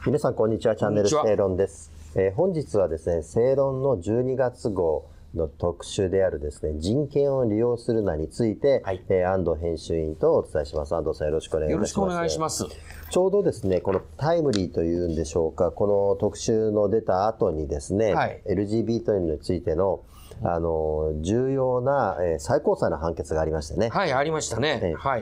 皆さんこんにちは。チャンネル正論です。本日はですね、正論の12月号の特集であるですね、人権を利用するなについて、はい、安藤編集員とお伝えします。安藤さん、よろしくお願いいたします。 よろしくお願いします。 ちょうどですね、このタイムリーというんでしょうか、この特集の出た後にですね、はい、LGBT についての重要な、最高裁の判決がありましたね。 はい、ありましたね。はい。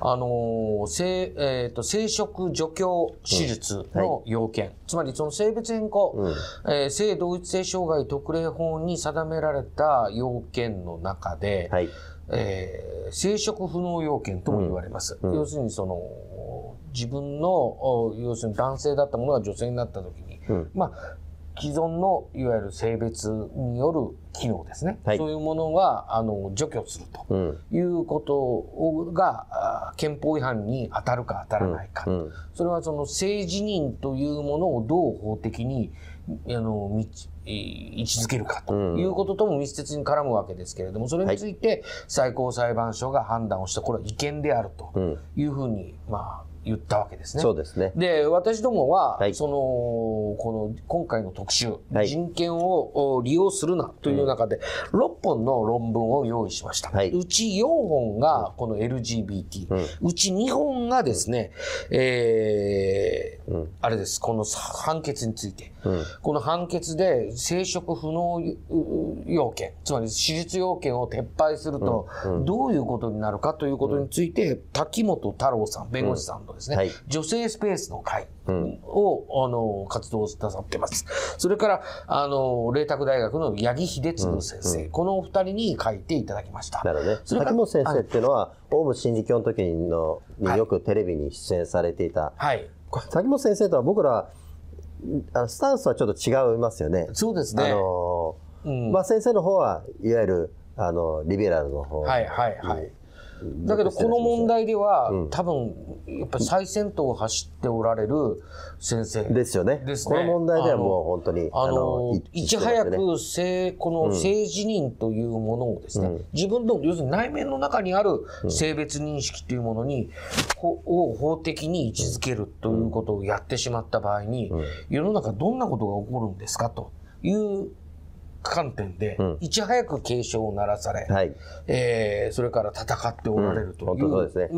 生殖除去手術の要件、はい、つまりその性別変更、性同一性障害特例法に定められた要件の中で、はい、生殖不能要件とも言われます。要するにその自分の要するに男性だったものが女性になった時に、まあ既存のいわゆる性別による機能ですね、はい、そういうものは除去するということが、憲法違反に当たるか当たらないか、それはその性自認というものをどう法的に位置づけるかということとも密接に絡むわけですけれども、それについて最高裁判所が判断をした、これは違憲であるというふうに言ったわけですね。 そうですね。 で、私どもは、はい、この今回の特集、はい、人権を利用するなという中で、6本の論文を用意しました。はい、うち4本がこの LGBT、うち2本がですね、あれです、この判決について、この判決で生殖不能要件、つまり手術要件を撤廃すると、どういうことになるかということについて、滝本太郎さん、弁護士さんとですね、はい、女性スペースの会を、活動なさってます。それから、麗澤大学の八木秀次先生、このお二人に書いていただきました。 なるほどね。滝本先生っていうのは、オウム真理教の時によくテレビに出演されていた。はい。滝本先生とは僕ら、スタンスはちょっと違いますよね。 そうですね。 先生の方はいわゆるリベラルの方。 はいはいはい。だけどこの問題では、多分やっぱり最先頭を走っておられる先生ですよね。この問題ではもう本当にいち早くこの性自認というものをですね、自分の要するに内面の中にある性別認識というものにを法的に位置づけるということをやってしまった場合に、世の中どんなことが起こるんですかという観点で、いち早く警鐘を鳴らされ、それから戦っておられるという、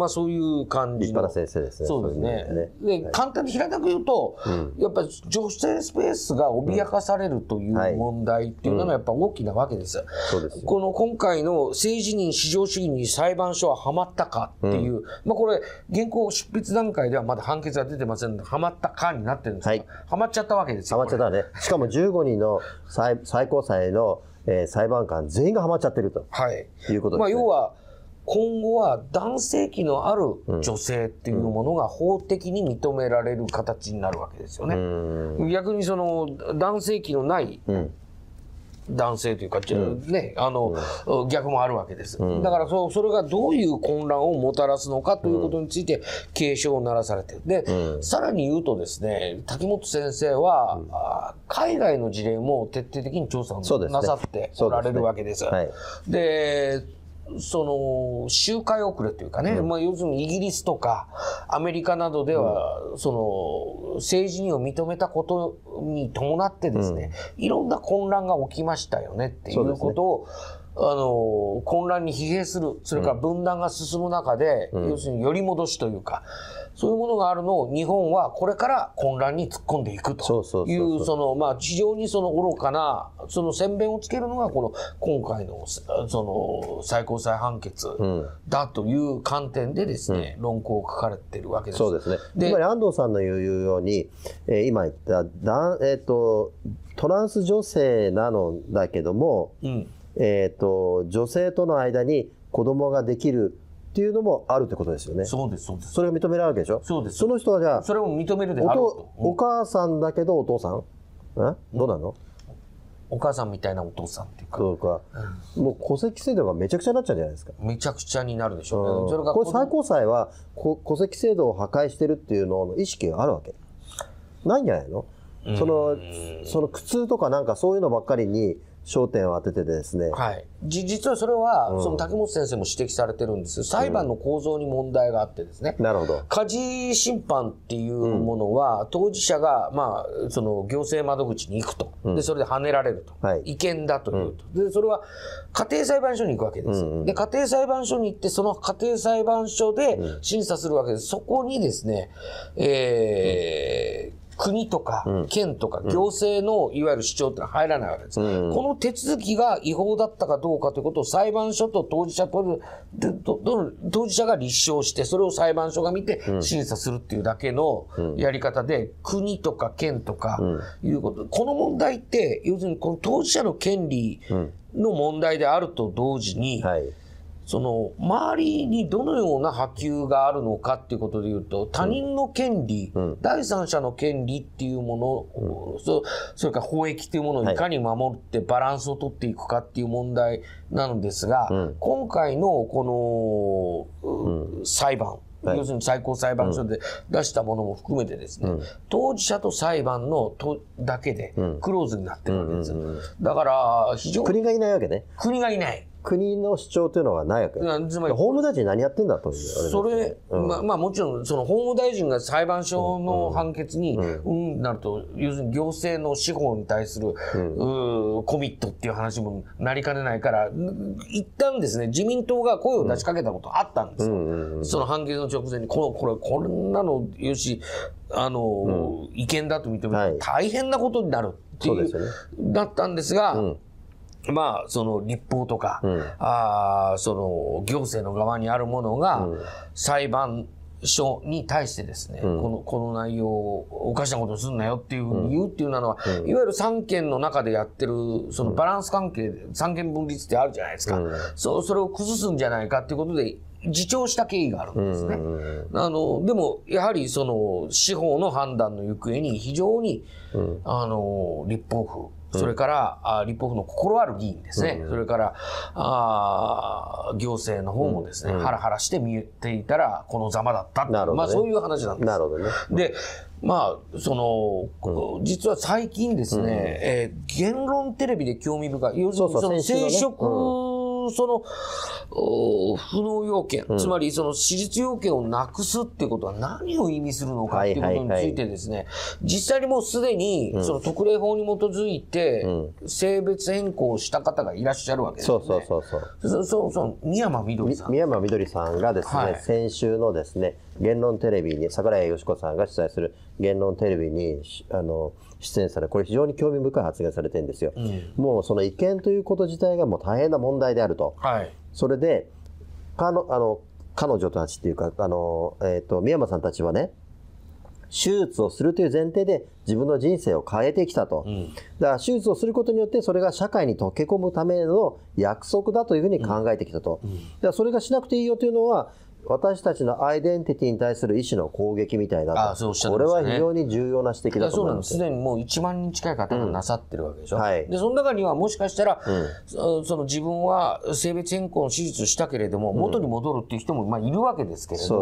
そういう感じの。 立派な先生ですね。 そうですね。で、簡単に平たく言うと、やっぱり女性スペースが脅かされるという問題っていうのはやっぱ大きなわけです。この今回の性自認至上主義に裁判所はハマったかっていう、これ、原稿執筆段階ではまだ判決は出てませんので、ハマったかになってるんですけど、ハマっちゃったわけですよ。 ハマっちゃったね。しかも15人の最高裁の裁判官全員がハマっちゃってると、いうことですね。 要は今後は男性器のある女性っていうものが法的に認められる形になるわけですよね。逆にその男性器のない男性というか、ね、逆もあるわけです。だからそれがどういう混乱をもたらすのかということについて警鐘を鳴らされている。で、さらに言うとですね、滝本先生は、海外の事例も徹底的に調査をなさっておられるわけです。で、その周回遅れというかね、要するにイギリスとかアメリカなどでは、その性自認を認めたことに伴ってですね、いろんな混乱が起きましたよねっていうことを、混乱に疲弊する、それから分断が進む中で、要するに寄り戻しというか、そういうものがあるのを日本はこれから混乱に突っ込んでいくという、非常にその愚かな、その先鞭をつけるのがこの今回のその最高裁判決だという観点でですね、論考を書かれているわけです。 そうですね。つまり安藤さんの言うように、今言ったトランス女性なのだけども、女性との間に子供ができるっていうのもあるってことですよね。 そうです、そうです。 それが認められるわけでしょ。 そうです。 その人はじゃあ、 それを認めるであると。 お母さんだけどお父さん？どうなの？ お母さんみたいなお父さんっていうか。 そうか。もう戸籍制度がめちゃくちゃになっちゃうじゃないですか。 めちゃくちゃになるでしょうね。 それがこれ最高裁は戸籍制度を破壊してるっていうのの意識があるわけないんじゃないの？その苦痛とかなんかそういうのばっかりに焦点を当ててですね。 はい。実はそれは、その竹本先生も指摘されてるんですよ。裁判の構造に問題があってですね。 なるほど。 家事審判っていうものは、当事者が、その行政窓口に行くと。で、それで跳ねられると。違憲だというと。で、それは家庭裁判所に行くわけです。で、家庭裁判所に行って、その家庭裁判所で審査するわけです。そこにですね、国とか県とか行政のいわゆる主張ってのは入らないわけです。この手続きが違法だったかどうかということを裁判所と当事者が立証して、それを裁判所が見て審査するっていうだけのやり方で、国とか県とかいうこと、この問題って要するにこの当事者の権利の問題であると同時に、その周りにどのような波及があるのかっていうことでいうと、他人の権利、第三者の権利っていうもの、それから法益っていうものをいかに守ってバランスを取っていくかっていう問題なのですが、今回のこの裁判、要するに最高裁判所で出したものも含めてですね、当事者と裁判のだけでクローズになってるわけです。だから非常に国がいないわけね。 国がいない。 国の主張というのはないわけ。つまり法務大臣何やってんだという。 それ、もちろんその法務大臣が裁判所の判決になると、要するに行政の司法に対するコミットっていう話もなりかねないから、一旦ですね、自民党が声を出しかけたことあったんですよ。その判決の直前にこんなのよし違憲だと認めて大変なことになるっていうだったんですが。その立法とか、その行政の側にあるものが、裁判所に対してですね、この内容をおかしなことにすんなよっていうふうに言うっていうのは、いわゆる三権の中でやってる、そのバランス関係、三権分立ってあるじゃないですか。それを崩すんじゃないかっていうことで、自重した経緯があるんですね。でも、やはりその司法の判断の行方に非常に、立法府、それから立法府の心ある議員ですね、それから行政の方もですね、ハラハラして見ていたらこのざまだったっていう、そういう話なんです。 なるほどね。 で、実は最近ですね、言論テレビで興味深い、要するにその生殖不能要件、つまりその私立要件をなくすっていうことは何を意味するのかっていうことについてですね、実際にもうすでにその特例法に基づいて性別変更した方がいらっしゃるわけですね。宮山みどりさん。 宮山みどりさんがですね、先週のですね、言論テレビに、櫻井よし子さんが主催する言論テレビに出演され、これ非常に興味深い発言されてるんですよ。もうその違憲ということ自体がもう大変な問題であると。それで彼女たちっていうか宮山さんたちはね、手術をするという前提で自分の人生を変えてきたと。だから手術をすることによってそれが社会に溶け込むための約束だというふうに考えてきたと。だからそれがしなくていいよというのは、私たちのアイデンティティに対する意思の攻撃みたいなと。これは非常に重要な指摘だと思います。 すでにもう1万人近い方がなさってるわけでしょ。で、その中にはもしかしたら、その自分は性別変更の手術をしたけれども、元に戻るっていう人もいるわけですけれど、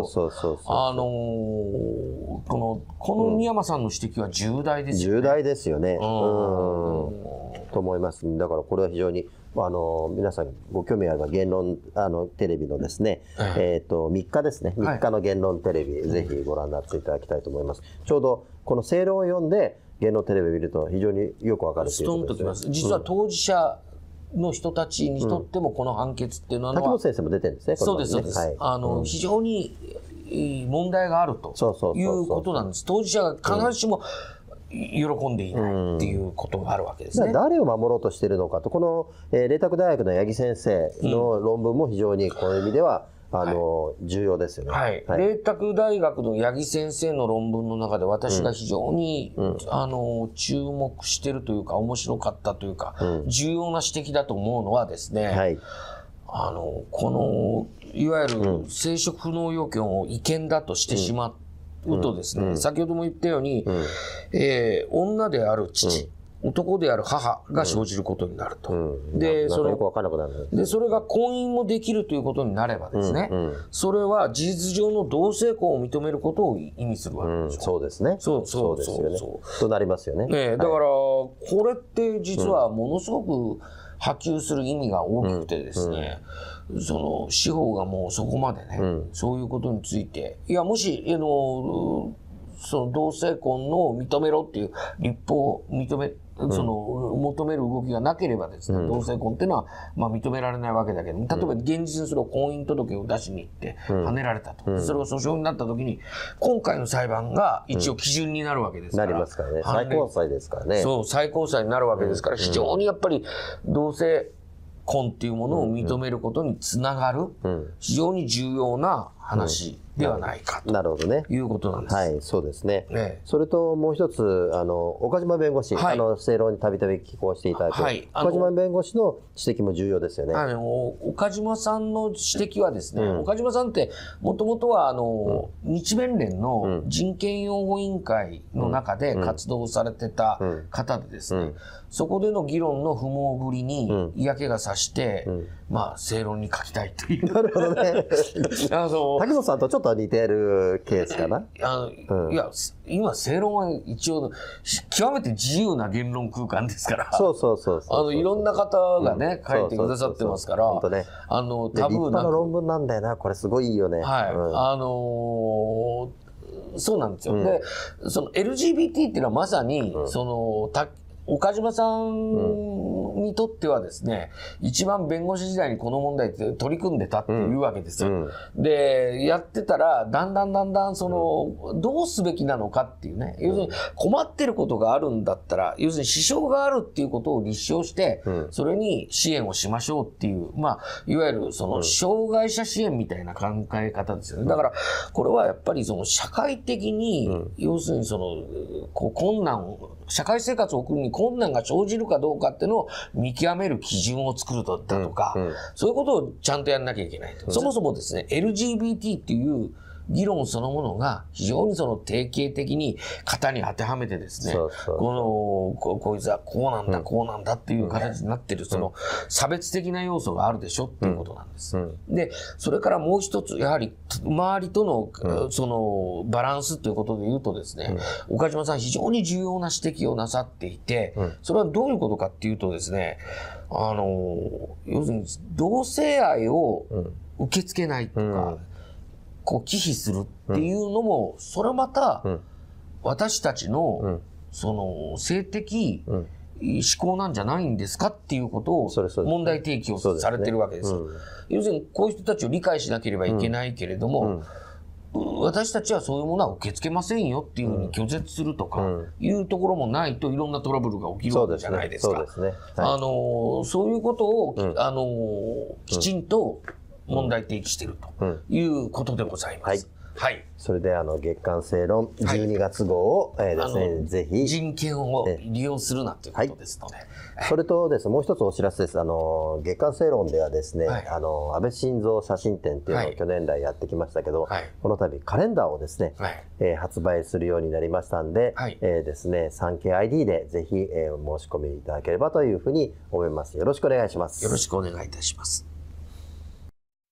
この宮山さんの指摘は重大ですよね。 重大ですよね。と思います。だからこれは非常に皆さんご興味あれば言論テレビのですね、3日ですね、3日の言論テレビ、ぜひご覧になっていただきたいと思います。ちょうどこの正論を読んで言論テレビを見ると非常によくわかるということですね。 実は当事者の人たちにとってもこの判決っていうのは、 竹本先生も出てるんですね。 そうですそうです。非常に問題があるということなんです。当事者が必ずしも喜んでいないっていうことがあるわけですね。 誰を守ろうとしているのかと、この麗澤大学の八木先生の論文も非常にこの意味では重要ですよね。 麗澤大学の八木先生の論文の中で私が非常に注目しているというか、面白かったというか、重要な指摘だと思うのはですね、このいわゆる生殖不能要件を違憲だとしてしまうとですね、先ほども言ったように、女である父男である母が生じることになると。 で、それよく分からなくなる。 で、それが婚姻もできるということになればですね、それは事実上の同性婚を認めることを意味するわけですよ。 そうですね。 そうですよね。となりますよね。 だから、これって実はものすごく波及する意味が大きくてですね、その司法がもうそこまでね、そういうことについて、いや、もし、その同性婚を認めろっていう立法を求める動きがなければですね、同性婚っていうのは、認められないわけだけど、例えば現実にそれを婚姻届を出しに行って、跳ねられたと。それが訴訟になった時に、今回の裁判が一応基準になるわけですから。 なりますからね。最高裁ですからね。 そう、最高裁になるわけですから、非常にやっぱり同性婚っていうものを認めることにつながる、非常に重要な話ではないかと。 なるほどね。 いうことなんです。 はい、そうですね。それともう一つ、岡島弁護士、正論にたびたび寄稿していただく、岡島弁護士の指摘も重要ですよね。 岡島さんの指摘はですね、岡島さんってもともとは日弁連の人権擁護委員会の中で活動されてた方でですね、そこでの議論の不毛ぶりに嫌気がさして、正論に書きたいという。 なるほどね。滝本さんとちょっと似てるケースかな。 いや、今、正論は一応、極めて自由な言論空間ですから。いろんな方がね、書いてくださってますから。 本当ね。 タブーな。 立派な論文なんだよな。これすごいいいよね。 そうなんですよ。で、その LGBT っていうのはまさに、岡島さんにとってはですね、一番弁護士時代にこの問題って取り組んでたっていうわけですよ。で、やってたら、だんだんどうすべきなのかっていうね、要するに困ってることがあるんだったら、要するに支障があるっていうことを立証して、それに支援をしましょうっていう、いわゆるその障害者支援みたいな考え方ですよね。だから、これはやっぱりその社会的に、要するにその、困難を、社会生活を送るに困難が生じるかどうかっていうのを見極める基準を作るだとか、そういうことをちゃんとやんなきゃいけないと。そもそもですね、LGBT っていう議論そのものが非常にその定型的に型に当てはめてですね、こいつはこうなんだっていう形になってる、その差別的な要素があるでしょっていうことなんです。で、それからもう一つ、やはり周りとのそのバランスということで言うとですね、岡島さん非常に重要な指摘をなさっていて、それはどういうことかっていうとですね、要するに同性愛を受け付けないとか、忌避するっていうのも、それまた、私たちの、その、性的思考なんじゃないんですかっていうことを、問題提起をされてるわけですよ。要するに、こういう人たちを理解しなければいけないけれども、私たちはそういうものは受け付けませんよっていうふうに拒絶するとか、いうところもないといろんなトラブルが起きるわけじゃないですか。そういうことを、きちんと、問題提起しているということでございます。はい。 それで月刊正論12月号をですね、ぜひ。 人権を利用するなということですので。 それとですね、もう一つお知らせです。月刊正論ではですね、安倍晋三写真展っていうのを去年来やってきましたけど、この度カレンダーをですね、発売するようになりましたんで、ですね、3KID でぜひ申し込みいただければというふうに思います。よろしくお願いします。 よろしくお願いいたします。